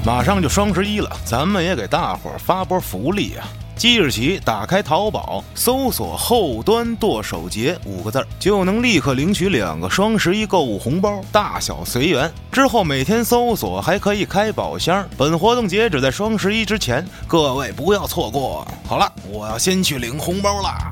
马上就双11了，咱们也给大伙儿发波福利啊！即日起，打开淘宝，搜索后端剁手节5个字，就能立刻领取2个双11购物红包，大小随缘。之后每天搜索还可以开宝箱。本活动截止在双11之前，各位不要错过。好了，我要先去领红包啦。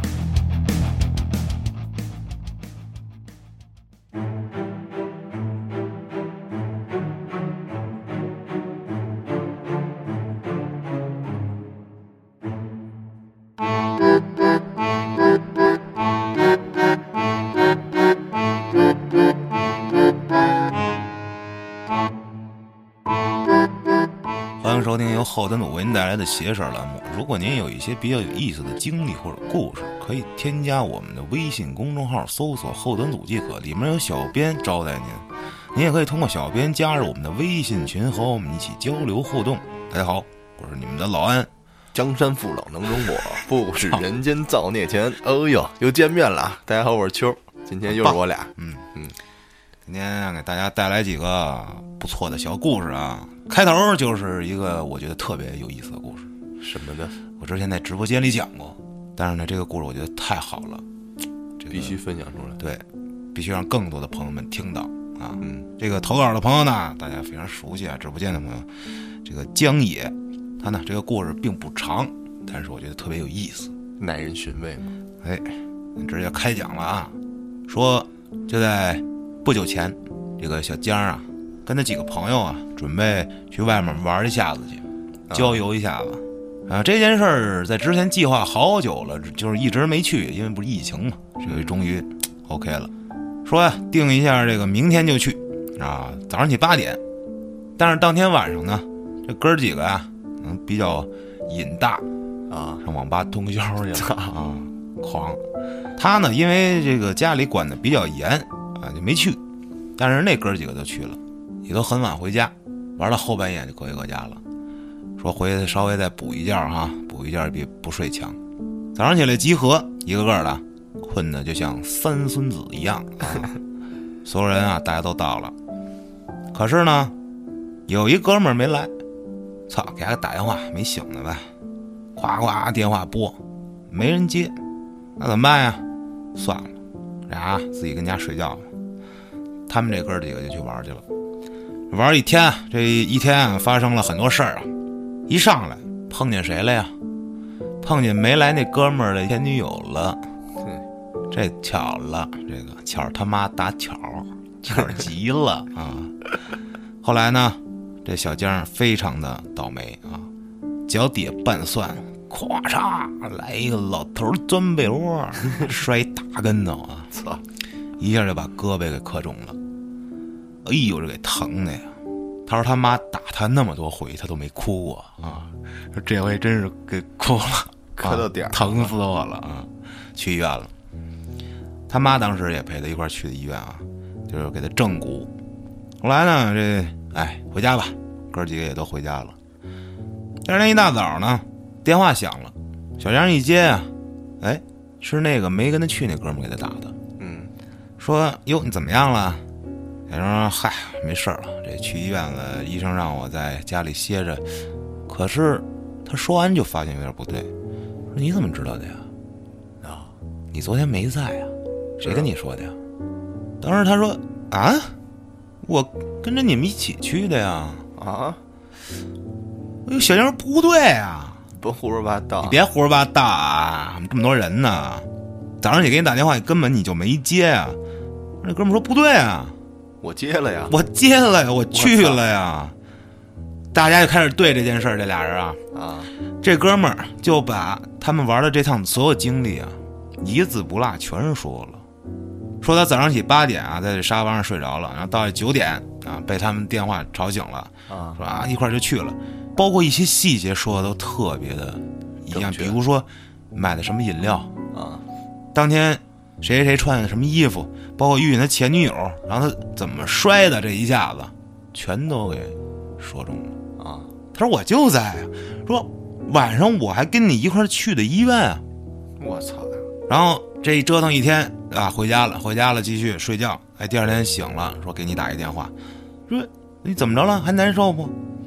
欢迎收听由后端组为您带来的邪事栏目。如果您有一些比较有意思的经历或者故事，可以添加我们的微信公众号，搜索后端组即可，里面有小编招待您。您也可以通过小编加入我们的微信群，和我们一起交流互动。大家好，我是你们的老安。 江山父老能容我，不使人间造孽钱。哦呦，又见面了！大家好，我是秋，今天又是我俩。 今天给大家带来几个不错的小故事啊。开头就是一个我觉得特别有意思的故事。 什么呢？ 我之前在直播间里讲过，但是呢，这个故事我觉得太好了， 必须分享出来。 对，必须让更多的朋友们听到啊。这个投稿的朋友呢，大家非常熟悉啊，直播间的朋友，这个江野，他呢这个故事并不长，但是我觉得特别有意思， 耐人寻味嘛。 哎，直接开讲了啊，说就在不久前，这个小江啊，跟他几个朋友啊，准备去外面玩一下子去，郊游一下子。这件事儿在之前计划好久了，就是一直没去，因为不是疫情嘛。这回终于 OK 了，说呀，定一下这个明天就去啊，早上起8点。但是当天晚上呢，这哥几个呀，比较瘾大啊，上网吧通宵去了啊，狂。他呢，因为这个家里管得比较严啊，就没去。但是那哥几个都去了，也都很晚回家，玩到后半夜就各回各家了。说回去稍微再补一觉哈，补一觉比不睡强。早上起来集合，一个个的困得就像三孙子一样啊。所有人啊，大家都到了。可是呢，有一哥们儿没来，操，给他打电话没醒呢呗，夸夸电话拨，没人接，那怎么办呀？算了，俩自己跟家睡觉吧。他们这哥几个就去玩去了，玩一天，这一天啊发生了很多事儿啊。一上来碰见谁了呀？碰见没来那哥们儿的前女友了。这巧了，这个巧他妈打巧极了啊！后来呢，这小江非常的倒霉啊，脚底下拌蒜，咵嚓来一个老头钻被窝，摔大跟头啊！操，一下就把胳膊给磕中了。哎呦，这给疼的呀！他说他妈打他那么多回，他都没哭过啊！说这回真是给哭了， 磕到点儿， 疼死我了啊！去医院了，他妈当时也陪他一块去的医院啊，就是给他正骨。后来呢，回家吧，哥几个也都回家了。第二天一大早呢，电话响了，小杨一接啊，是那个没跟他去那哥们给他打的。说哟，你怎么样了？小杨说嗨，没事了，这去医院了，医生让我在家里歇着。可是他说完就发现有点不对，说你怎么知道的呀？啊，你昨天没在啊？谁跟你说的呀？当时他说啊，我跟着你们一起去的呀。 啊， 哎呦，小杨不对啊， 别胡说八道， 你别胡说八道啊！这么多人呢，早上你给你打电话，根本你就没接啊。那哥们说不对啊， 我接了呀， 我接了呀，我去了呀。大家就开始对这件事儿，这俩人啊，这哥们儿就把他们玩的这趟所有经历啊，一字不落全是说了。说他早上起8点啊，在这沙发上睡着了，然后到9点啊，被他们电话吵醒了啊，说啊一块儿就去了，包括一些细节说的都特别的一样，比如说买的什么饮料啊，当天谁谁谁穿的什么衣服，包括遇见他前女友，然后他怎么摔的，这一下子全都给说中了啊。他说我就在啊，说晚上我还跟你一块去的医院啊。 我操！ 然后这一折腾一天啊，回家了继续睡觉。第二天醒了，说给你打一电话，说你怎么着了，还难受不？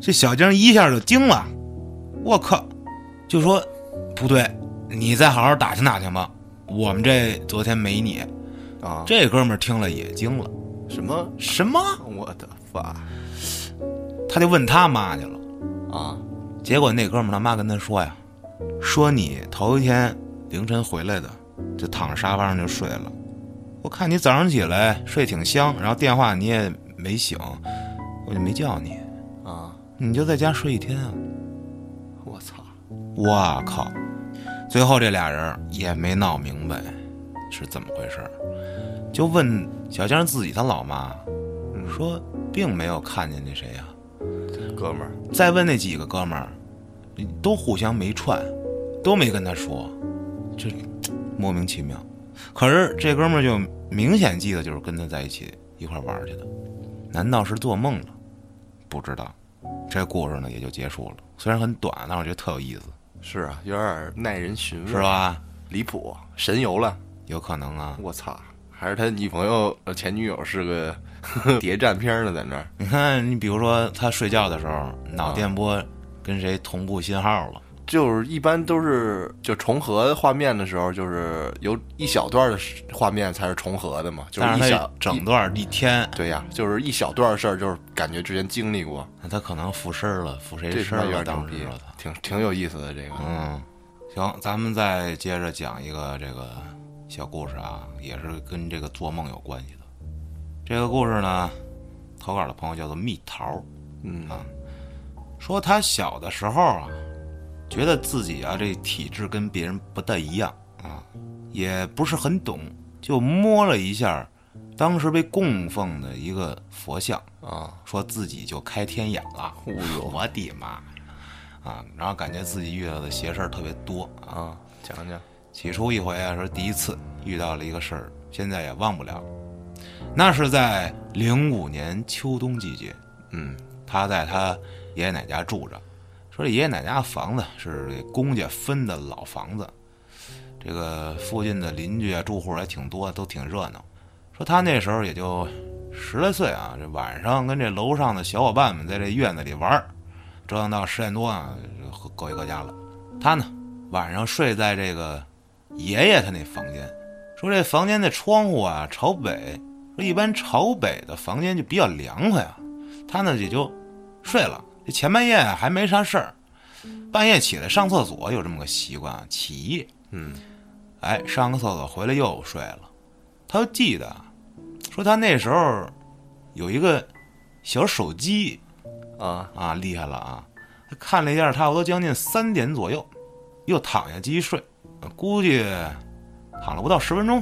这小晶一下就惊了，我靠，就说不对，你再好好打听打听吧，我们这昨天没你啊。 这哥们儿听了也惊了，什么？ 我的发！ 他就问他妈去了啊。 结果那哥们儿他妈跟他说呀，说你头一天凌晨回来的，就躺着沙发上就睡了，我看你早上起来睡挺香，然后电话你也没醒，我就没叫你啊， 你就在家睡一天啊。 我操！ 我靠！最后这俩人也没闹明白是怎么回事，就问小江自己他老妈，说并没有看见那谁呀， 哥们儿。 再问那几个哥们儿，都互相没串，都没跟他说，这莫名其妙。可是这哥们儿就明显记得就是跟他在一起一块玩去的，难道是做梦了？不知道。这故事呢也就结束了，虽然很短，但我觉得特有意思。 是啊，有点耐人寻味， 是吧？ 离谱，神游了， 有可能啊。 我操！还是他女朋友前女友是个谍战片呢，在那儿。 你看，你比如说他睡觉的时候脑电波跟谁同步信号了， 就是一般都是就重合画面的时候，就是有一小段的画面才是重合的嘛，就是一小整段一天。 对呀，就是一小段事儿，就是感觉之前经历过。 那他可能附身了，附谁身了？ 有点当时牛逼，挺有意思的这个。 行，咱们再接着讲一个这个小故事啊，也是跟这个做梦有关系的。这个故事呢，投稿的朋友叫做蜜桃，说他小的时候啊，觉得自己啊这体质跟别人不太一样啊，也不是很懂，就摸了一下当时被供奉的一个佛像啊， 说自己就开天眼了。我的妈啊！然后感觉自己遇到的邪事儿特别多啊，讲讲。 起初一回啊，说第一次遇到了一个事儿，现在也忘不了。那是在05年秋冬季节，他在他爷爷奶家住着，说这爷爷奶家房子是这公家分的老房子，这个附近的邻居啊住户还挺多，都挺热闹。说他那时候也就10来岁啊，这晚上跟这楼上的小伙伴们在这院子里玩，折腾到10点多啊，各回各家了。他呢晚上睡在这个爷爷他那房间，说这房间的窗户啊朝北，说一般朝北的房间就比较凉快啊，他呢也就睡了。这前半夜还没啥事儿，半夜起来上厕所有这么个习惯，起夜，上个厕所回来又睡了。他就记得说他那时候有一个小手机厉害了啊，他看了一下，差不多将近3点左右又躺下继续睡，估计躺了不到10分钟，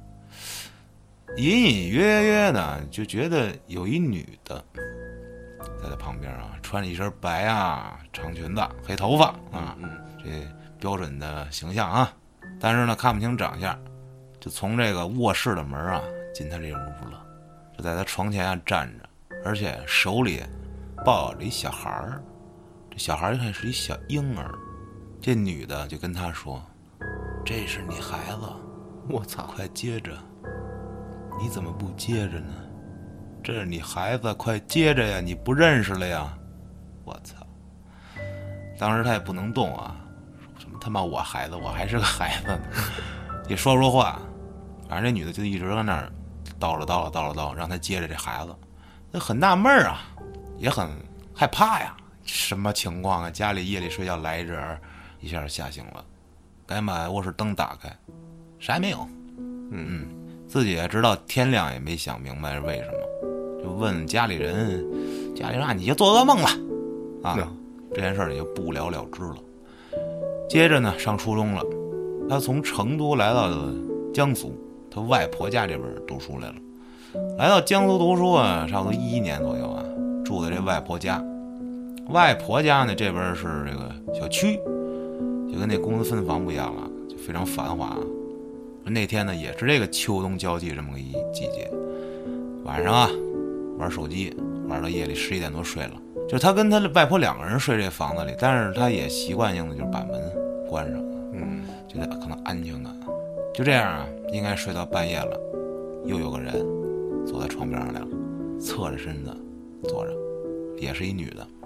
隐隐约约的就觉得有一女的在他旁边啊，穿着一身白啊长裙子，黑头发啊，这标准的形象啊，但是呢看不清长相，就从这个卧室的门啊进他这屋了，就在他床前站着，而且手里抱着一小孩儿，这小孩一看是一小婴儿，这女的就跟他说：“这是你孩子， 我操， 快接着！你怎么不接着呢？这是你孩子，快接着呀！你不认识了呀！”我操！当时他也不能动啊，什么他妈我孩子，我还是个孩子呢，也说不出话。反正这女的就一直在那儿叨唠，让他接着这孩子，那很纳闷啊，也很害怕呀。什么情况啊？家里夜里睡觉来一人，一下吓醒了，赶紧把卧室灯打开，啥也没有。自己也知道天亮，也没想明白是为什么，就问家里人，你就做噩梦了啊？这件事也就不了了之了。接着呢，上初中了，他从成都来到了江苏，他外婆家这边读书来了。来到江苏读书啊，差不多11年左右啊，住在这外婆家。外婆家呢这边是这个小区，就跟那公司分房不一样了，就非常繁华。那天呢也是这个秋冬交际这么个一季节，晚上啊玩手机玩到夜里11点多睡了。就是他跟他外婆2个人睡这房子里，但是他也习惯性的就是把门关上，觉得可能安全感。就这样啊，应该睡到半夜了，又有个人坐在床边上来了，侧着身子坐着，也是一女的，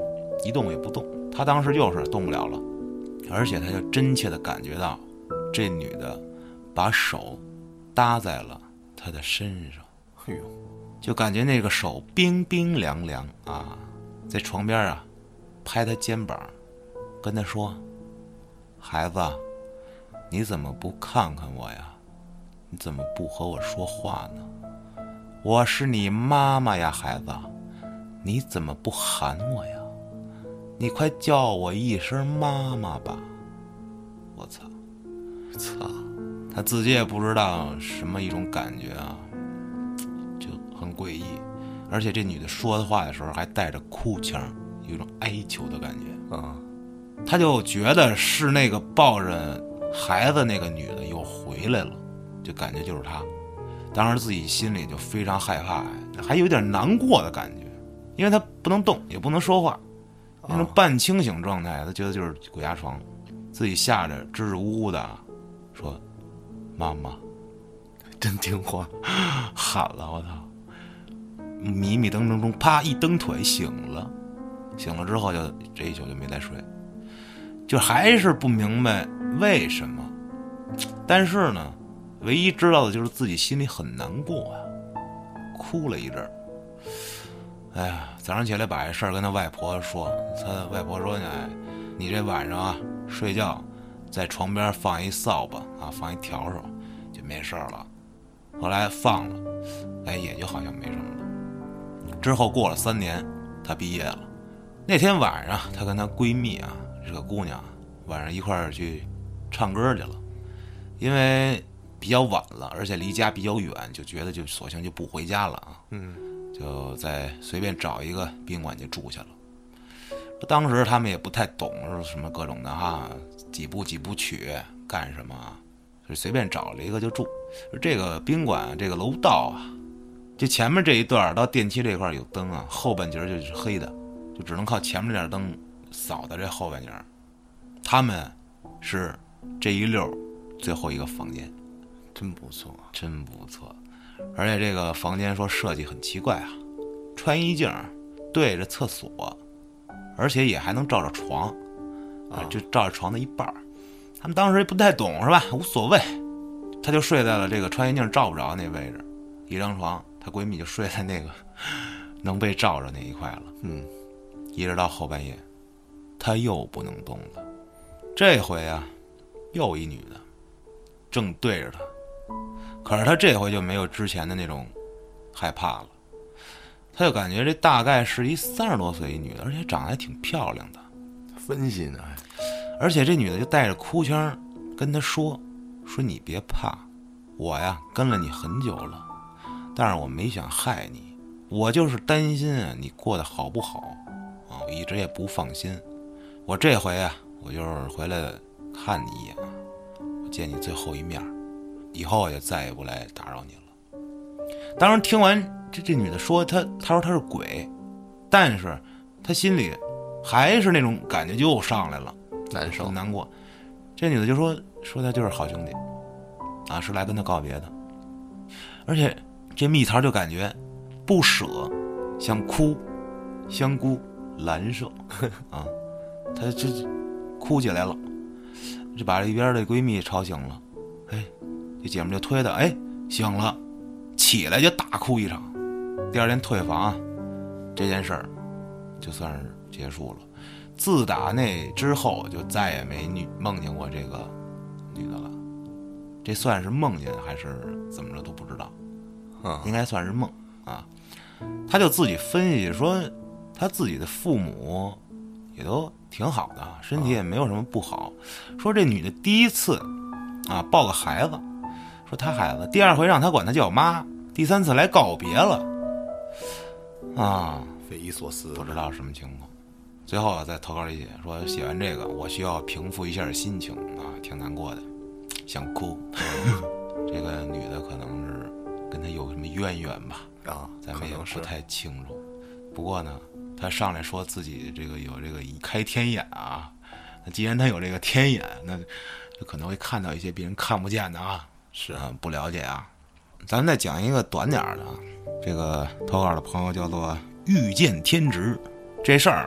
一动也不动。他当时就是动不了了，而且他就真切地感觉到这女的把手搭在了他的身上， 哎呦， 就感觉那个手冰冰凉凉啊，在床边啊拍他肩膀，跟他说：“孩子，你怎么不看看我呀？你怎么不和我说话呢？我是你妈妈呀，孩子，你怎么不喊我呀？你快叫我一声妈妈吧！”我操！他自己也不知道什么一种感觉啊，就很诡异。而且这女的说的话的时候还带着哭腔，有一种哀求的感觉啊。他就觉得是那个抱着孩子那个女的又回来了，就感觉就是她。当时自己心里就非常害怕，还有点难过的感觉，因为他不能动也不能说话，那种半清醒状态，他觉得就是鬼压床，自己吓着支支吾吾的说：“妈妈。” 真听话， 喊了，我操！迷迷瞪瞪中，啪一蹬腿醒了。醒了之后就这一宿就没再睡，就还是不明白为什么。但是呢，唯一知道的就是自己心里很难过啊，哭了一阵儿。哎呀，早上起来把这事儿跟他外婆说，他外婆说呢：“你这晚上啊睡觉，在床边放一扫把啊，放一笤帚，就没事了。”后来放了，哎，也就好像没什么了。之后过了3年，她毕业了。那天晚上，她跟她闺蜜啊，这个姑娘晚上一块儿去唱歌去了。因为比较晚了，而且离家比较远，就觉得就索性就不回家了啊。就再随便找一个宾馆就住下了。当时他们也不太懂什么各种的哈，几部曲干什么啊，就随便找了一个就住。这个宾馆这个楼道啊，就前面这一段到电梯这块有灯啊，后半截就是黑的，就只能靠前面这点灯扫的这后半截。他们是这一溜最后一个房间， 真不错， 真不错。而且这个房间说设计很奇怪啊，穿衣镜对着厕所，而且也还能照着床啊，就照着床的一半。他们当时也不太懂是吧，无所谓，他就睡在了这个穿衣镜照不着那位置，一张床，她闺蜜就睡在那个能被照着那一块了。一直到后半夜，她又不能动了。这回啊，又一女的正对着她，可是她这回就没有之前的那种害怕了，她就感觉这大概是一30多岁一女的，而且长得还挺漂亮的。 分析呢， 而且这女的就带着哭腔跟她说你别怕，我呀跟了你很久了，但是我没想害你，我就是担心啊你过得好不好啊，我一直也不放心。我这回啊，我就是回来看你一眼，我见你最后一面，以后我就再也不来打扰你了。当时听完这女的说她说她是鬼，但是她心里还是那种感觉又上来了， 难受难过。这女的就说她就是好兄弟啊，是来跟她告别的。而且这蜜桃就感觉不舍，想哭，香菇难受啊，她就哭起来了，就把这边的闺蜜吵醒了。这姐们就推她，醒了，起来就大哭一场。第二天退房，这件事儿就算是结束了。自打那之后，就再也没梦见过这个女的了。这算是梦见还是怎么着都不知道，应该算是梦啊。他就自己分析说，他自己的父母也都挺好的，身体也没有什么不好。说这女的第一次啊抱个孩子，说她孩子，第二回让她管她叫妈，第三次来告别了啊， 匪夷所思， 不知道什么情况。最后在投稿里写说，写完这个我需要平复一下心情啊，挺难过的，想哭。这个女的可能是跟他有什么渊源吧，咱们也不太清楚。不过呢，他上来说自己这个有这个开天眼啊，那既然他有这个天眼，那就可能会看到一些别人看不见的啊。是啊，不了解啊。咱们再讲一个短点的啊，这个投稿的朋友叫做遇见天职。这事儿呢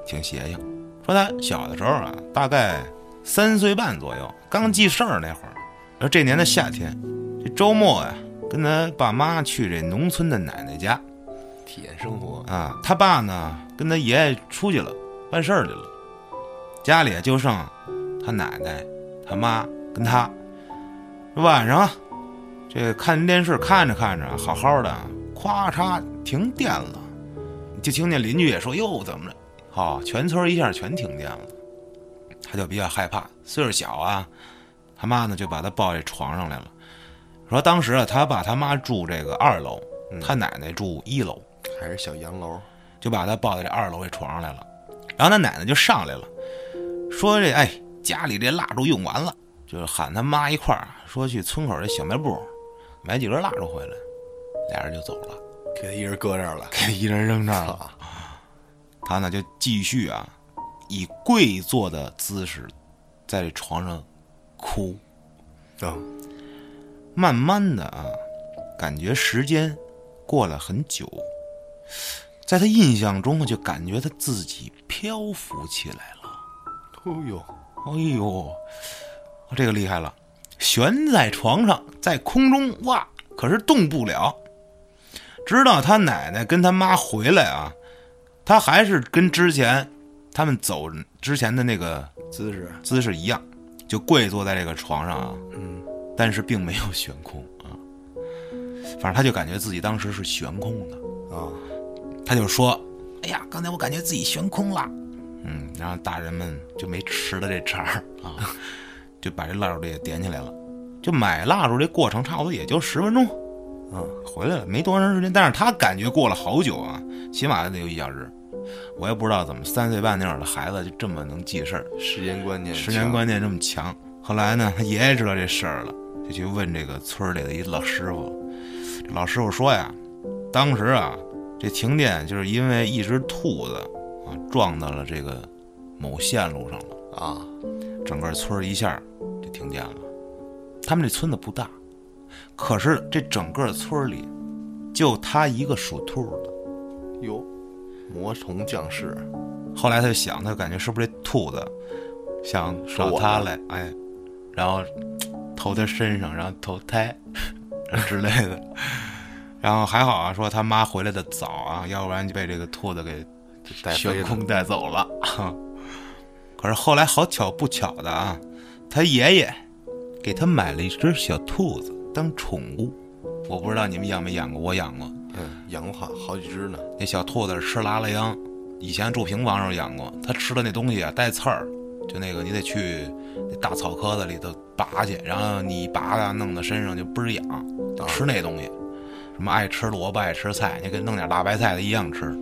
挺邪性。说他小的时候啊，大概3岁半左右，刚记事儿那会儿。而这年的夏天，这周末呀，跟他爸妈去这农村的奶奶家体验生活啊。他爸呢跟他爷爷出去了，办事儿去了，家里就剩他奶奶、他妈跟他。晚上啊，这看电视看着看着，好好的，咵嚓停电了，就听见邻居也说：“哟，怎么了？”好，全村一下全停电了。他就比较害怕，岁数小啊，他妈呢就把他抱这床上来了。说当时啊，他爸他妈住这个2楼，他奶奶住1楼， 还是小洋楼， 就把他抱在这2楼这床上来了。然后他奶奶就上来了，说这家里这蜡烛用完了，就喊他妈一块儿说去村口这小卖部买几根蜡烛回来，俩人就走了， 给他一人搁这儿了， 给他一人扔这儿了。他呢就继续啊，以跪坐的姿势在这床上哭。慢慢的啊，感觉时间过了很久，在他印象中就感觉他自己漂浮起来了。哎呦，这个厉害了，悬在床上，在空中哇，可是动不了。直到他奶奶跟他妈回来啊，他还是跟之前他们走之前的那个姿势一样，就跪坐在这个床上啊，但是并没有悬空啊。反正他就感觉自己当时是悬空的啊，他就说：“哎呀，刚才我感觉自己悬空了。”然后大人们就没吃了这茬啊，就把这蜡烛也点起来了。就买蜡烛这过程差不多也就10分钟，回来了没多长时间，但是他感觉过了好久啊，起码得有1小时。我也不知道怎么3岁半那会儿的孩子就这么能记事儿， 时间观念这么强。后来呢，他爷爷知道这事儿了，就去问这个村里的一老师傅。这老师傅说呀，当时啊，这停电就是因为一只兔子啊撞到了这个某线路上了啊，整个村一下就停电了。他们这村子不大，可是这整个村里就他一个属兔的。 哟，魔童降世。 后来他就想，他感觉是不是这兔子想找他来，然后投他身上，然后投胎之类的。然后还好啊，说他妈回来的早啊，要不然就被这个兔子给悬空带走了。可是后来好巧不巧的啊，他爷爷给他买了一只小兔子当宠物。我不知道你们养没养过，我养过。 养过好几只呢。 那小兔子吃拉拉秧，以前住平房时候养过。它吃的那东西啊带刺儿，就那个你得去那大草棵子里头拔去，然后你拔啊弄到身上就倍儿痒，就吃那东西。什么爱吃萝卜爱吃菜，你跟弄点大白菜的一样吃。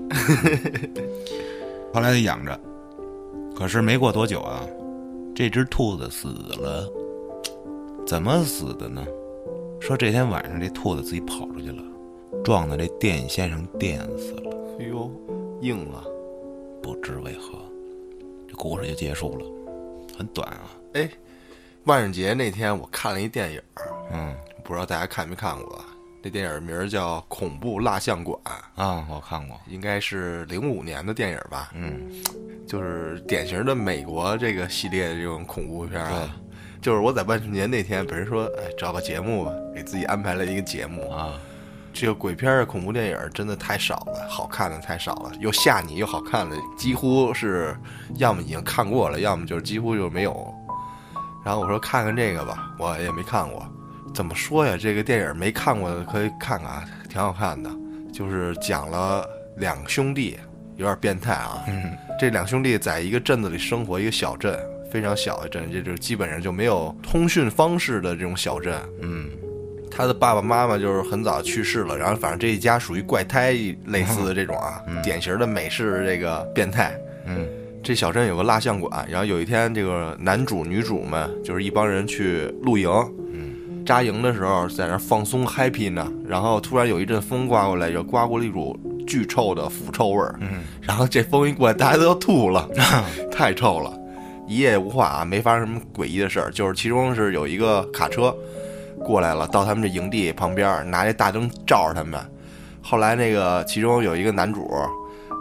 后来就养着，可是没过多久啊，这只兔子死了。怎么死的呢？说这天晚上这兔子自己跑出去了，撞到这电线上电死了。 哎呦，硬了， 不知为何，这故事就结束了，很短啊。 万圣节那天我看了一电影，不知道大家看没看过。那电影名叫《恐怖蜡像馆》 啊，我看过， 应该是05年的电影吧。就是典型的美国这个系列的这种恐怖片啊。就是我在万圣节那天本身说，找个节目吧，给自己安排了一个节目啊。这个鬼片恐怖电影真的太少了，好看的太少了，又吓你又好看的，几乎是要么已经看过了，要么就是几乎就没有。然后我说看看这个吧，我也没看过。怎么说呀？这个电影没看过的可以看看，挺好看的。就是讲了2兄弟，有点变态啊。这2兄弟在一个镇子里生活，一个小镇，非常小的镇，这就基本上就没有通讯方式的这种小镇。他的爸爸妈妈就是很早去世了，然后反正这一家属于怪胎类似的这种啊，典型的美式这个变态。这小镇有个蜡像馆，然后有一天这个男主女主们就是一帮人去露营。扎营的时候在那放松 happy 呢，然后突然有一阵风刮过来，就刮过了一股巨臭的腐臭味儿。然后这风一过来，大家都要吐了，太臭了。一夜无话啊，没发生什么诡异的事儿，就是其中是有一个卡车过来了，到他们这营地旁边拿这大灯照着他们。后来那个其中有一个男主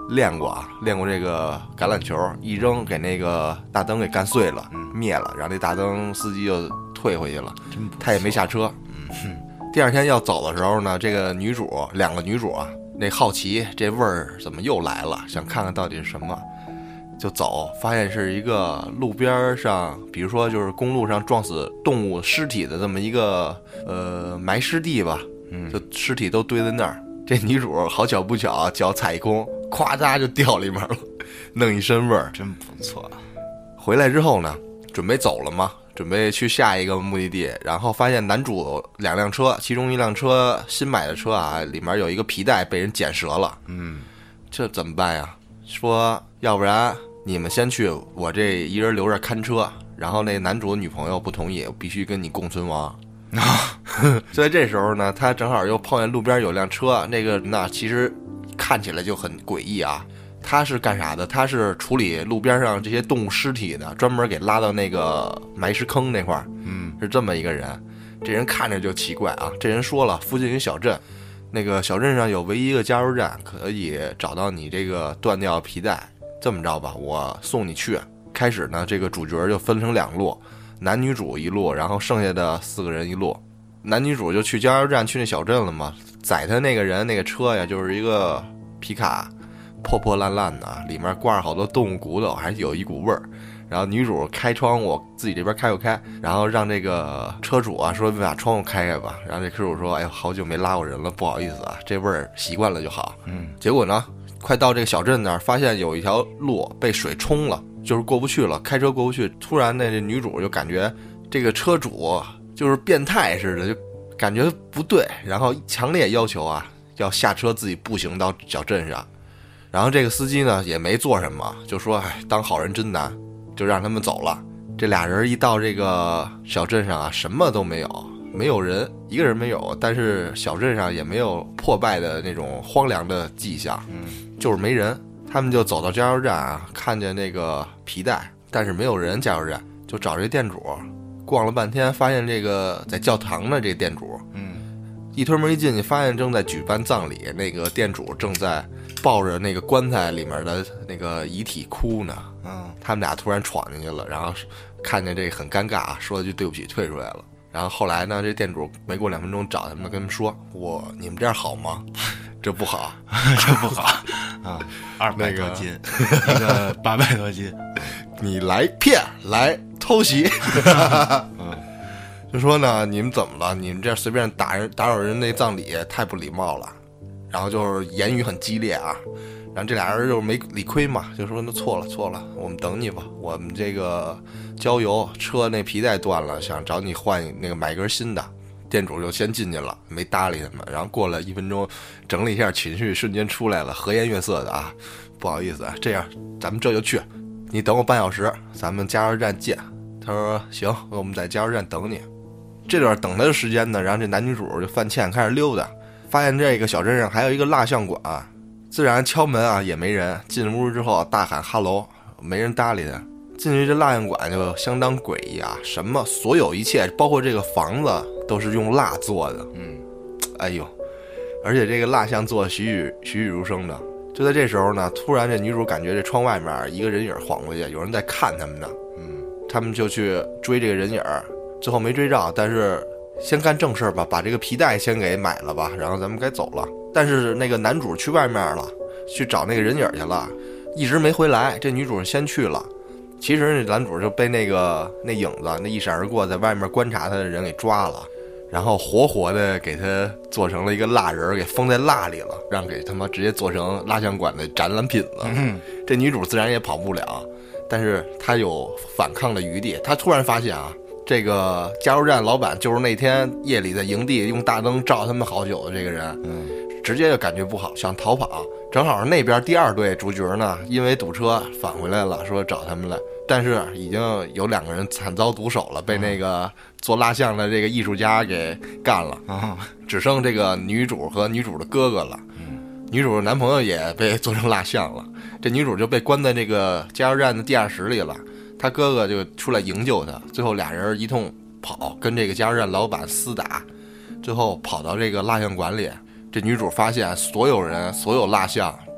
练过这个橄榄球，一扔给那个大灯给干碎了，灭了，然后那大灯司机就退回去了，他也没下车。第二天要走的时候呢，这个两个女主啊，那好奇这味儿怎么又来了，想看看到底是什么，就走，发现是一个路边上，比如说就是公路上撞死动物尸体的这么一个埋尸地吧，就尸体都堆在那儿。这女主好巧不巧，脚踩一空，咵嚓就掉里面了，弄一身味儿， 真不错。 回来之后呢，准备走了嘛，准备去下一个目的地，然后发现男主2辆车，其中一辆车新买的车啊，里面有一个皮带被人剪折了。这怎么办呀？说要不然你们先去，我这一人留着看车。然后那男主的女朋友不同意，我必须跟你共存亡。就在这时候呢，他正好又碰见路边有辆车，那其实看起来就很诡异啊。他是干啥的？他是处理路边上这些动物尸体的，专门给拉到那个埋尸坑那块儿。是这么一个人。这人看着就奇怪啊。这人说了，附近有小镇，那个小镇上有唯一一个加油站，可以找到你这个断掉皮带。这么着吧，我送你去。开始呢，这个主角就分成2路，男女主一路，然后剩下的4个人一路。男女主就去加油站，去那小镇了嘛。载他那个人那个车呀，就是一个皮卡，破破烂烂的，里面挂着好多动物骨头，还有一股味儿。然后女主开窗，我自己这边开不开，然后让这个车主啊说把窗户开开吧。然后这车主说：“哎呦，好久没拉过人了，不好意思啊，这味儿习惯了就好。”结果呢，快到这个小镇那儿，发现有一条路被水冲了，就是过不去了，开车过不去。突然呢，这女主就感觉这个车主就是变态似的，就感觉不对，然后强烈要求啊要下车自己步行到小镇上。然后这个司机呢也没做什么，就说：“哎，当好人真难。”就让他们走了。这俩人一到这个小镇上啊，什么都没有，没有人，一个人没有，但是小镇上也没有破败的那种荒凉的迹象，就是没人。他们就走到加油站啊，看见那个皮带，但是没有人，加油站就找这店主，逛了半天，发现这个在教堂的这店主，一推门一进去，发现正在举办葬礼，那个店主正在抱着那个棺材里面的那个遗体哭呢。他们俩突然闯进去了，然后看见这个很尴尬，说了句对不起，退出来了。然后后来呢，这店主没过2分钟找他们，跟他们说：“你们这样好吗？这不好， 这不好啊！200多斤，一个800多斤， 你来骗，来偷袭。”就说呢，你们怎么了？你们这样随便打扰人那葬礼，太不礼貌了。然后就是言语很激烈啊。然后这俩人就没理亏嘛，就说那错了，我们等你吧，我们这个郊游车那皮带断了，想找你换那个买根新的。店主就先进去了，没搭理他们。然后过了1分钟，整理一下情绪，瞬间出来了，和颜悦色的啊，不好意思啊，这样咱们这就去，你等我半小时，咱们加油站见。他说行，我们在加油站等你。这段等他的时间呢，然后这男女主就犯欠开始溜达，发现这个小镇上还有一个蜡像馆，自然敲门啊也没人。进屋之后大喊哈喽，没人搭理他。进去这蜡像馆就相当诡异啊，什么所有一切包括这个房子都是用蜡做的。哎呦，而且这个蜡像做的栩栩如生的。就在这时候呢，突然这女主感觉这窗外面一个人影晃过去，有人在看他们呢。他们就去追这个人影，最后没追着，但是先干正事吧，把这个皮带先给买了吧，然后咱们该走了。但是那个男主去外面了，去找那个人影去了，一直没回来。这女主先去了，其实那男主就被那影子那一闪而过在外面观察他的人给抓了，然后活活的给他做成了一个蜡人，给封在蜡里了，让给他妈直接做成蜡像馆的展览品了。这女主自然也跑不了，但是她有反抗的余地。她突然发现啊，这个加油站老板就是那天夜里在营地用大灯照他们好久的这个人。直接就感觉不好，想逃跑。正好那边第2队主角呢，因为堵车返回来了，说找他们来，但是已经有2个人惨遭毒手了，被那个做蜡像的这个艺术家给干了。只剩这个女主和女主的哥哥了。女主的男朋友也被做成蜡像了，这女主就被关在这个加油站的地下室里了。她哥哥就出来营救她，最后俩人一通跑，跟这个加油站老板厮打，最后跑到这个蜡像馆里。这女主发现所有人所有蜡像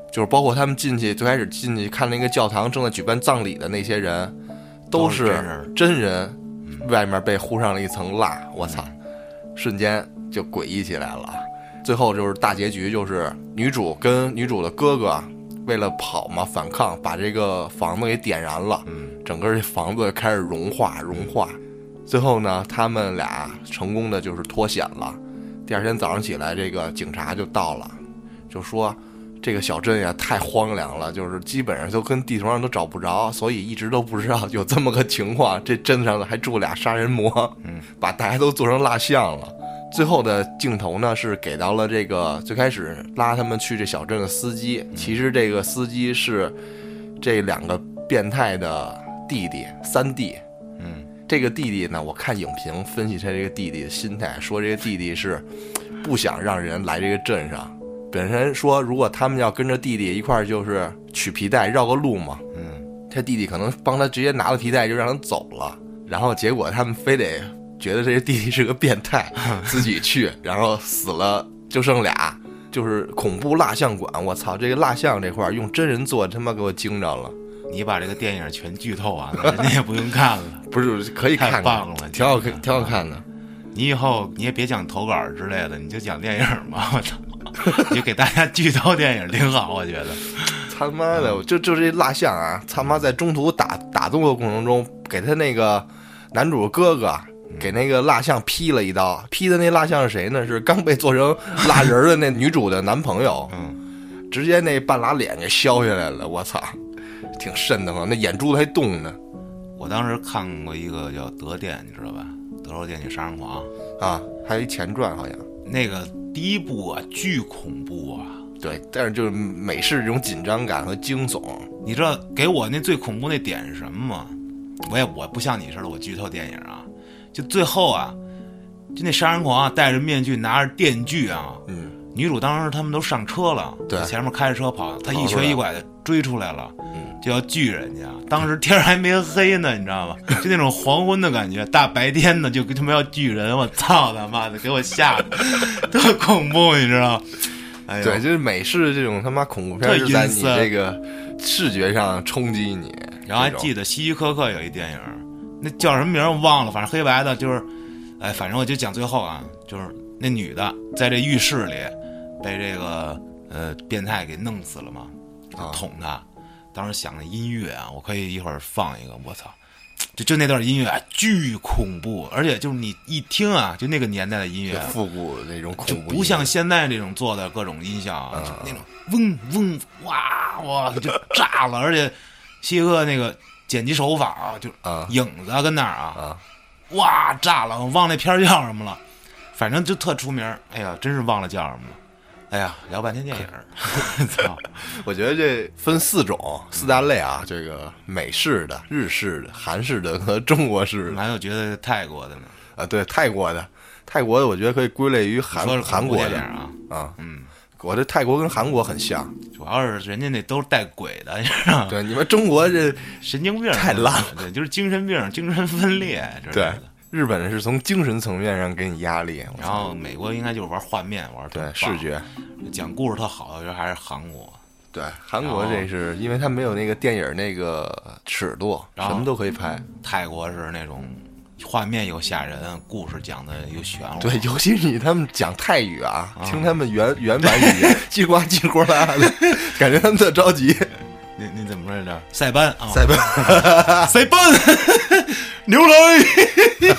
就是包括他们进去最开始进去看那个教堂正在举办葬礼的那些人，都是真人，外面被糊上了一层蜡，我操，瞬间就诡异起来了。最后就是大结局，就是女主跟女主的哥哥为了跑嘛反抗，把这个房子给点燃了，整个这房子开始融化。最后呢，他们俩成功的就是脱险了。第二天早上起来，这个警察就到了，就说这个小镇呀太荒凉了，就是基本上都跟地图上都找不着，所以一直都不知道有这么个情况。这镇上还住俩杀人魔，把大家都做成蜡像了。最后的镜头呢是给到了这个最开始拉他们去这小镇的司机，其实这个司机是这两个变态的弟弟三弟。这个弟弟呢，我看影评分析他这个弟弟的心态，说这个弟弟是不想让人来这个镇上。本身说如果他们要跟着弟弟一块儿就是取皮带绕个路嘛，他弟弟可能帮他直接拿了皮带就让他走了，然后结果他们非得觉得这个弟弟是个变态，自己去，然后死了就剩俩，就是恐怖蜡像馆。我操，这个蜡像这块用真人做，他妈给我惊着了。 你把这个电影全剧透完了，人家也不用看了。 不是，可以看看， 太棒了， 挺好看的。 你以后你也别讲投稿之类的，你就讲电影嘛。我操，你就给大家剧透电影挺好，我觉得。 他妈的，就这蜡像啊，他妈在中途打斗的过程中，给他那个男主哥哥给那个蜡像劈了一刀，劈的那蜡像是谁呢？是刚被做成蜡人的那女主的男朋友，直接那半拉脸给削下来了，我操！挺瘆得慌，那眼珠子还动呢。 我当时看过一个叫《德电》，你知道吧？德州电锯杀人狂啊，还有一前传好像。 那个第一部啊，巨恐怖啊。 对，但是就是美式这种紧张感和惊悚。 你知道给我那最恐怖那点是什么吗？我不像你似的，我剧透电影啊。就最后啊，就那杀人狂啊，戴着面具，拿着电锯啊。女主当时他们都上车了， 对， 前面开着车跑，他一瘸一拐的追出来了，就要锯人家。当时天还没黑呢，你知道吗？就那种黄昏的感觉，大白天的就他妈要锯人，我操他妈的，给我吓得特恐怖，你知道？哎， 对，就是美式这种他妈恐怖片是在你这个视觉上冲击你。 然后还记得希区柯克有一电影，那叫什么名我忘了，反正黑白的，就是，哎，反正我就讲最后啊，就是那女的在这浴室里被这个变态给弄死了嘛，捅她。当时想的音乐啊，我可以一会儿放一个，我操，就那段音乐啊，巨恐怖，而且就是你一听啊，就那个年代的音乐， 复古的那种恐怖， 就不像现在这种做的各种音效啊，就那种嗡嗡哇就炸了，而且希克那个剪辑手法啊，就影子跟那儿啊，哇炸了，我忘那片叫什么了，反正就特出名。哎呀，真是忘了叫什么了。哎呀，聊半天电影，操！ 我觉得这分四大类啊，这个美式的、日式的、韩式的和中国式的。 还有觉得泰国的呢？ 啊，对，泰国的，我觉得可以归类于韩国的啊。我这泰国跟韩国很像， 主要是人家那都是带鬼的，你知道吗？ 对，你们中国这神经病太烂了， 对，就是精神病、精神分裂之类的。 对。日本是从精神层面上给你压力， 然后美国应该就是玩画面，玩对视觉， 讲故事特好的，我觉得还是韩国。 对，韩国这是因为它没有那个电影那个尺度，什么都可以拍。 泰国是那种画面又吓人，故事讲的又玄乎。 对，尤其是他们讲泰语啊，听他们原版语言叽呱叽呱啦的，感觉他们特着急。 你怎么说这？塞班啊， 塞班， 牛雷！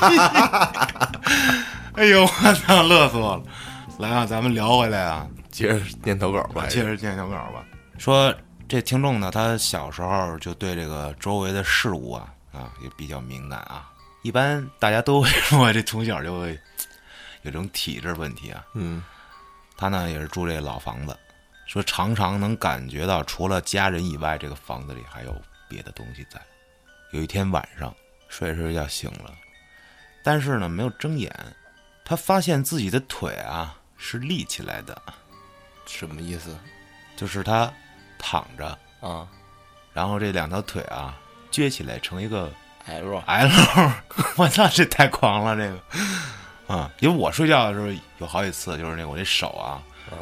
哎呦，我操，乐死我了！来啊，咱们聊回来啊， 接着念投稿吧。 说这听众呢，他小时候就对这个周围的事物啊也比较敏感啊。一般大家都会说，这从小就会有这种体质问题啊。他呢也是住这老房子。说常常能感觉到除了家人以外，这个房子里还有别的东西在。有一天晚上睡着睡觉醒了，但是呢没有睁眼，他发现自己的腿啊是立起来的。 什么意思？ 就是他躺着啊， 然后这两条腿啊撅起来成一个 L。 我操，这太狂了这个啊！因为我睡觉的时候有好几次，就是那我这手啊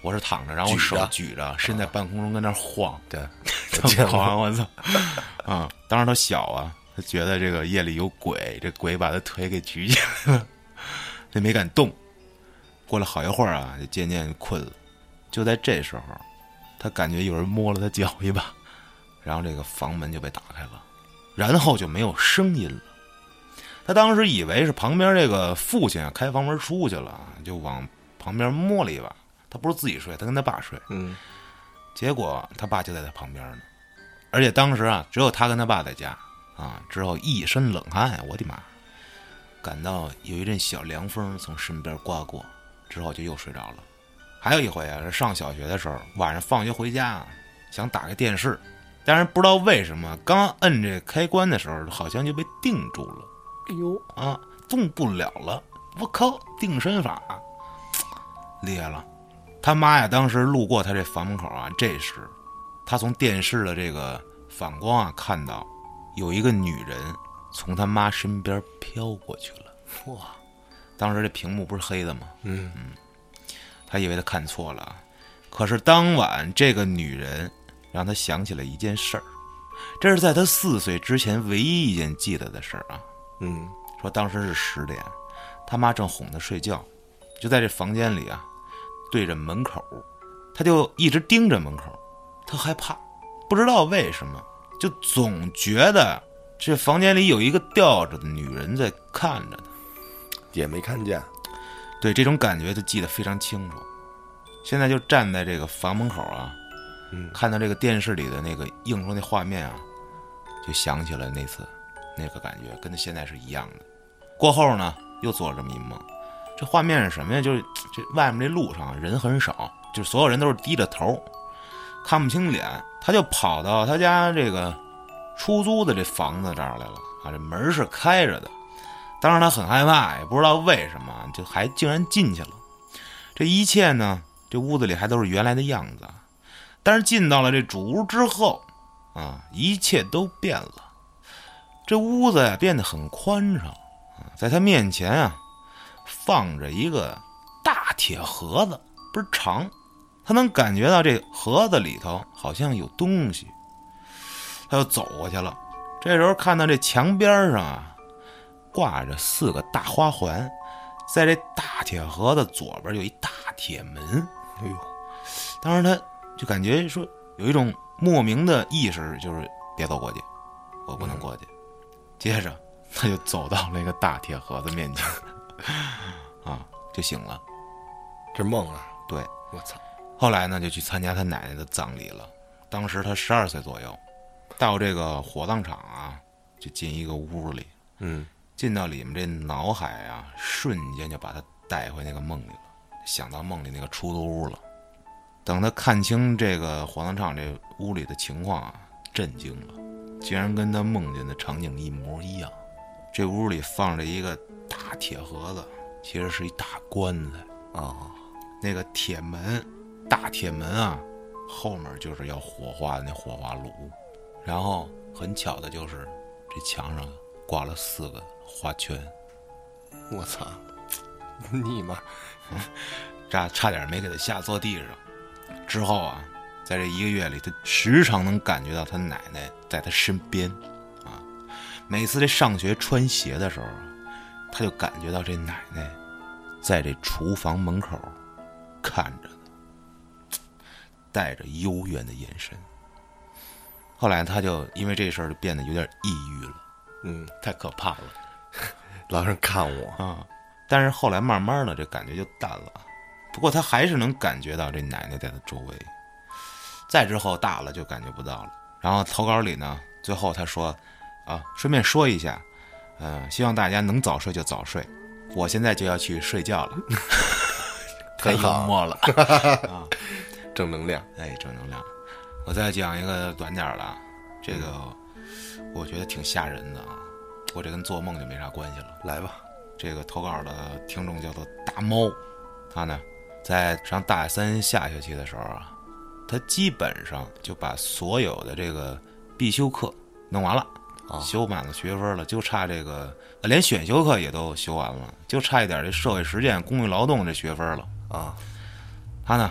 我是躺着，然后我手举着，身在半空中跟那晃。 对， 晃，我操！啊，当时他小啊，他觉得这个夜里有鬼，这鬼把他腿给举起来了，他没敢动。过了好一会儿啊，就渐渐困了。就在这时候，他感觉有人摸了他脚一把，然后这个房门就被打开了，然后就没有声音了。他当时以为是旁边这个父亲啊开房门出去了，就往旁边摸了一把。他不是自己睡，他跟他爸睡。结果他爸就在他旁边呢，而且当时啊，只有他跟他爸在家啊。之后一身冷汗呀，我的妈！感到有一阵小凉风从身边刮过，之后就又睡着了。还有一回啊，是上小学的时候，晚上放学回家啊，想打开电视，但是不知道为什么，刚摁这开关的时候，好像就被定住了。 哎呦啊，动不了了！我靠，定身法厉害了！他妈呀，当时路过他这房门口啊，这时他从电视的这个反光啊，看到有一个女人从他妈身边飘过去了。哇！当时这屏幕不是黑的吗？他以为他看错了，可是当晚这个女人让他想起了一件事儿，这是在他4岁之前唯一一件记得的事儿啊。说当时是10点，他妈正哄他睡觉，就在这房间里啊，对着门口，他就一直盯着门口，他害怕，不知道为什么，就总觉得这房间里有一个吊着的女人在看着他， 也没看见。 对，这种感觉他记得非常清楚。现在就站在这个房门口啊，看到这个电视里的那个映出那画面啊，就想起了那次那个感觉，跟他现在是一样的。过后呢，又做了这么一梦。这画面是什么呀？就是这外面这路上人很少，就是所有人都是低着头，看不清脸。他就跑到他家这个出租的这房子这儿来了啊，这门是开着的。当时他很害怕，也不知道为什么，就还竟然进去了。这一切呢，这屋子里还都是原来的样子，但是进到了这主屋之后啊，一切都变了。这屋子呀变得很宽敞啊，在他面前啊放着一个大铁盒子，不是长，他能感觉到这盒子里头好像有东西。他又走过去了，这时候看到这墙边上啊挂着4个大花环，在这大铁盒子左边有一大铁门。哎呦，当时他就感觉说有一种莫名的意识，就是别走过去，我不能过去。接着他就走到那个大铁盒子面前啊，就醒了。 这梦啊？ 对， 我操！ 后来呢，就去参加他奶奶的葬礼了。当时他12岁左右，到这个火葬场啊，就进一个屋里，进到里面，这脑海啊，瞬间就把他带回那个梦里了，想到梦里那个出租屋了。等他看清这个火葬场这屋里的情况啊，震惊了，竟然跟他梦见的场景一模一样。这屋里放着一个大铁盒子，其实是一大棺材啊。那个铁门，大铁门啊，后面就是要火化的那火化炉。然后很巧的就是这墙上挂了4个花圈。 我操！你妈！ 差点没给他吓坐地上。之后啊，在这1个月里，他时常能感觉到他奶奶在他身边啊。每次这上学穿鞋的时候，他就感觉到这奶奶在这厨房门口看着他，带着幽怨的眼神。后来他就因为这事儿就变得有点抑郁了，太可怕了， 老是看我啊。但是后来慢慢的这感觉就淡了，不过他还是能感觉到这奶奶在他周围。再之后大了就感觉不到了。然后投稿里呢，最后他说啊，顺便说一下，希望大家能早睡就早睡，我现在就要去睡觉了。太幽默了啊， 正能量， 正能量。我再讲一个短点的，这个我觉得挺吓人的啊，不过这跟做梦就没啥关系了。 来吧。 这个投稿的听众叫做大猫，他呢在上大3下学期的时候啊，他基本上就把所有的这个必修课弄完了，修满了学分了，就差这个连选修课也都修完了，就差一点这社会实践、公益劳动这学分了啊。他呢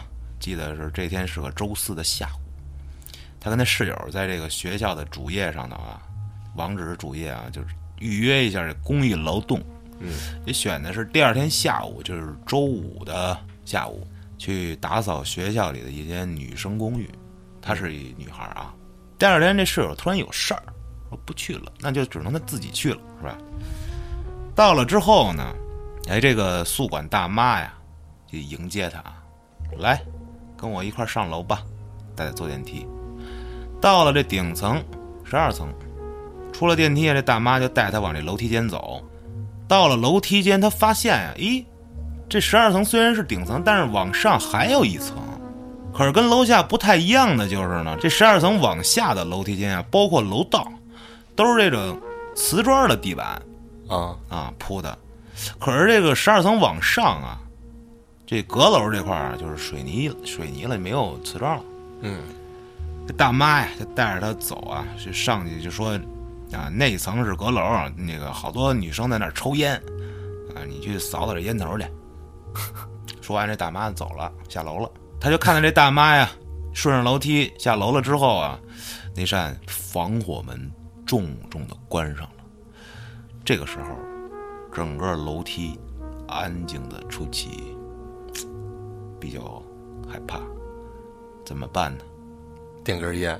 记得是这天是个周4的下午，他跟他室友在这个学校的主页上头啊，网址主页啊，就是预约一下这公益劳动。也选的是第2天下午，就是周5的下午，去打扫学校里的一间女生公寓。她是一女孩啊。第2天这室友突然有事儿，说不去了，那就只能他自己去了，是吧？到了之后呢，这个宿管大妈呀就迎接他，来跟我一块上楼吧，带他坐电梯。到了这顶层12层，出了电梯，这大妈就带他往这楼梯间走。到了楼梯间，他发现呀，这12层虽然是顶层，但是往上还有一层。可是跟楼下不太一样的就是呢，这12层往下的楼梯间啊，包括楼道，都是这种瓷砖的地板铺的。可是这个12层往上啊，这阁楼这块啊，就是水泥了，没有瓷砖了。这大妈呀，就带着他走啊，就上去就说。那一层是阁楼，那个好多女生在那儿抽烟，你去扫扫这烟头去。说完，这大妈走了，下楼了。他就看到这大妈呀，顺着楼梯下楼了之后啊，那扇防火门重重的关上了。这个时候，整个楼梯安静的出奇，比较害怕，怎么办呢？ 点根烟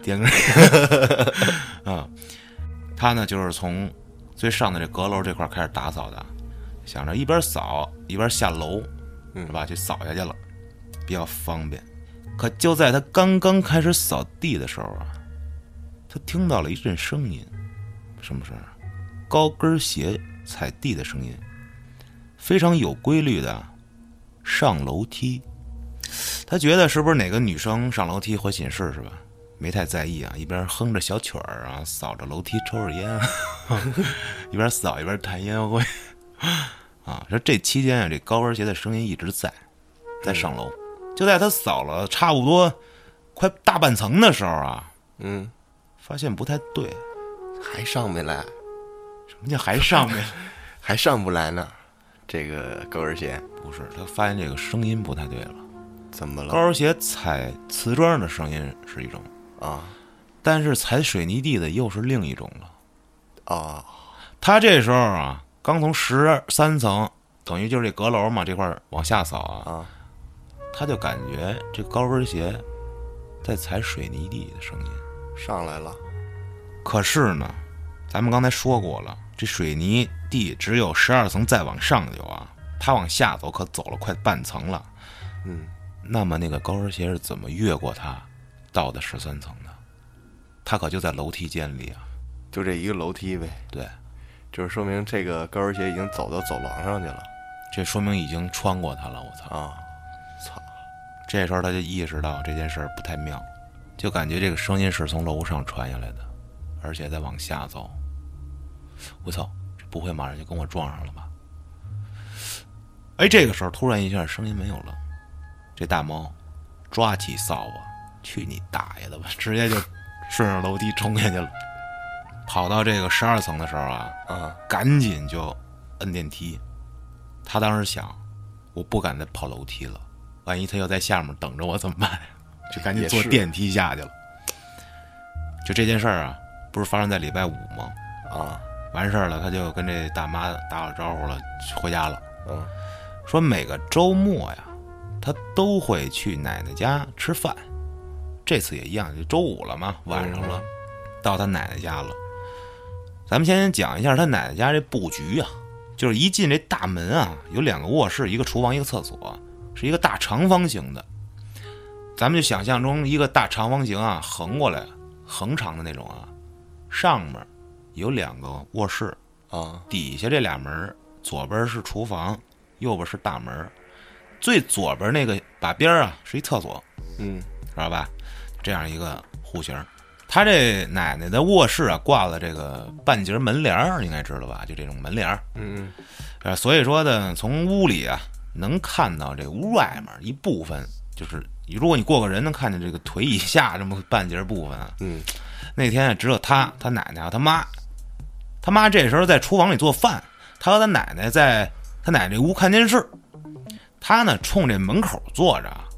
啊。他呢，就是从最上的这阁楼这块开始打扫的，想着一边扫一边下楼，是吧？就扫下去了，比较方便。可就在他刚刚开始扫地的时候啊，他听到了一阵声音，什么声啊？高跟鞋踩地的声音，非常有规律的上楼梯。他觉得是不是哪个女生上楼梯会寝室是吧？没太在意啊，一边哼着小曲儿啊，扫着楼梯抽着烟，一边扫一边弹烟灰啊。说这期间啊，这高跟鞋的声音一直在上楼。就在他扫了差不多快大半层的时候啊，发现不太对， 还上没来。 什么叫还上没来？ 还上不来呢？这个高跟鞋不是，他发现这个声音不太对了。 怎么了？ 高跟鞋踩瓷砖的声音是一种。但是踩水泥地的又是另一种了。他这时候啊，刚从13层，等于就是这阁楼嘛，这块往下扫啊，他就感觉这高跟鞋在踩水泥地的声音上来了。 可是呢，咱们刚才说过了，这水泥地只有12层再往上就啊，他往下走可走了快半层了。那么那个高跟鞋是怎么越过它到的13层的？他可就在楼梯间里啊， 就这一个楼梯呗。 对， 就是说明这个高跟鞋已经走到走廊上去了， 这说明已经穿过它了。我操！这时候他就意识到这件事不太妙，就感觉这个声音是从楼上传下来的，而且在往下走。我操，这不会马上就跟我撞上了吧？这个时候突然一下声音没有了，这大猫抓起扫把，去你大爷的吧，直接就顺着楼梯冲下去了。跑到这个12层的时候啊，赶紧就摁电梯。他当时想，我不敢再跑楼梯了，万一他要在下面等着我怎么办？就赶紧坐电梯下去了。就这件事儿啊，不是发生在礼拜5吗？完事儿了，他就跟这大妈打好招呼了，回家了。说每个周末呀，他都会去奶奶家吃饭。这次也一样，就周5了嘛，晚上了，到他奶奶家了。咱们先讲一下他奶奶家这布局啊，就是一进这大门啊，有2个卧室，一个厨房，一个厕所，是一个大长方形的。咱们就想象中一个大长方形啊，横过来，横长的那种啊，上面有2个卧室底下这俩门，左边是厨房，右边是大门，最左边那个把边啊是一厕所，知道吧？这样一个户型。他这奶奶的卧室啊，挂了这个半截门帘，应该知道吧？就这种门帘。所以说呢，从屋里啊能看到这屋外面一部分，就是如果你过个人能看见这个腿以下这么半截部分啊。那天啊，只有他奶奶和他妈，他妈这时候在厨房里做饭，他和他奶奶在他奶奶这屋看电视。他呢冲这门口坐着，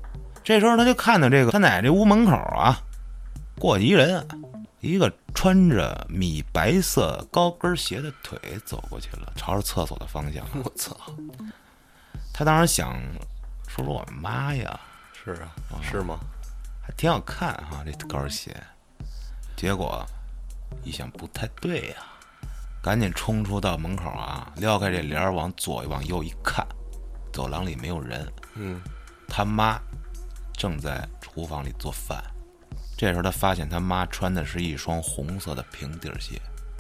这时候他就看到这个他奶奶这屋门口啊，过去一人，一个穿着米白色高跟鞋的腿走过去了，朝着厕所的方向。 我操！ 他当时想，说我妈呀， 是啊，是吗？ 还挺好看哈，这高跟鞋。结果一想不太对呀，赶紧冲出到门口啊，撩开这帘往左往右一看，走廊里没有人。他妈正在厨房里做饭。这时候他发现他妈穿的是一双红色的平底鞋。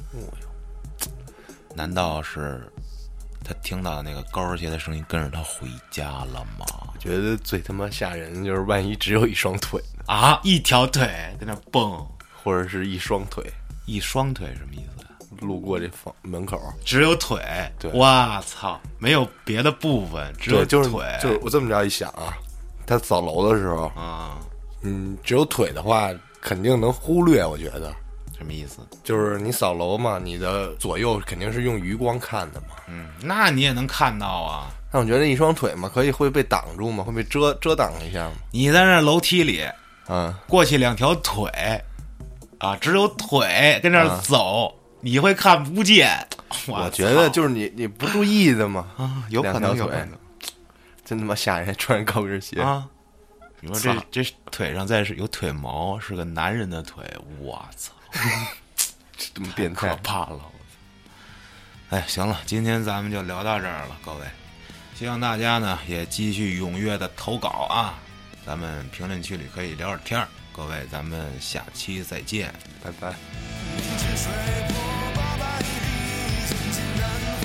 难道是他听到那个高跟鞋的声音跟着他回家了吗？ 我觉得最他妈吓人就是万一只有一双腿啊，一条腿在那蹦， 或者是一双腿。 一双腿什么意思？ 路过这门口只有腿。 对， 哇操，没有别的部分，只有腿。 就是我这么着一想啊，他扫楼的时候啊， 只有腿的话肯定能忽略。我觉得什么意思？ 就是你扫楼嘛，你的左右肯定是用余光看的嘛。 那你也能看到啊。 但我觉得一双腿嘛，会被挡住嘛，会被遮挡一下嘛。 你在那楼梯里，过去两条腿，啊，只有腿跟那儿走，你会看不见。 我觉得就是你不注意的嘛。 有可能，有可能， 真他妈吓人，穿高跟鞋啊！你说这腿上再是有腿毛，是个男人的腿，我操！ 这么变态， 可怕了！哎，行了，今天咱们就聊到这儿了，各位。希望大家呢也继续踊跃的投稿啊，咱们评论区里可以聊会儿天儿。各位，咱们下期再见， 拜拜。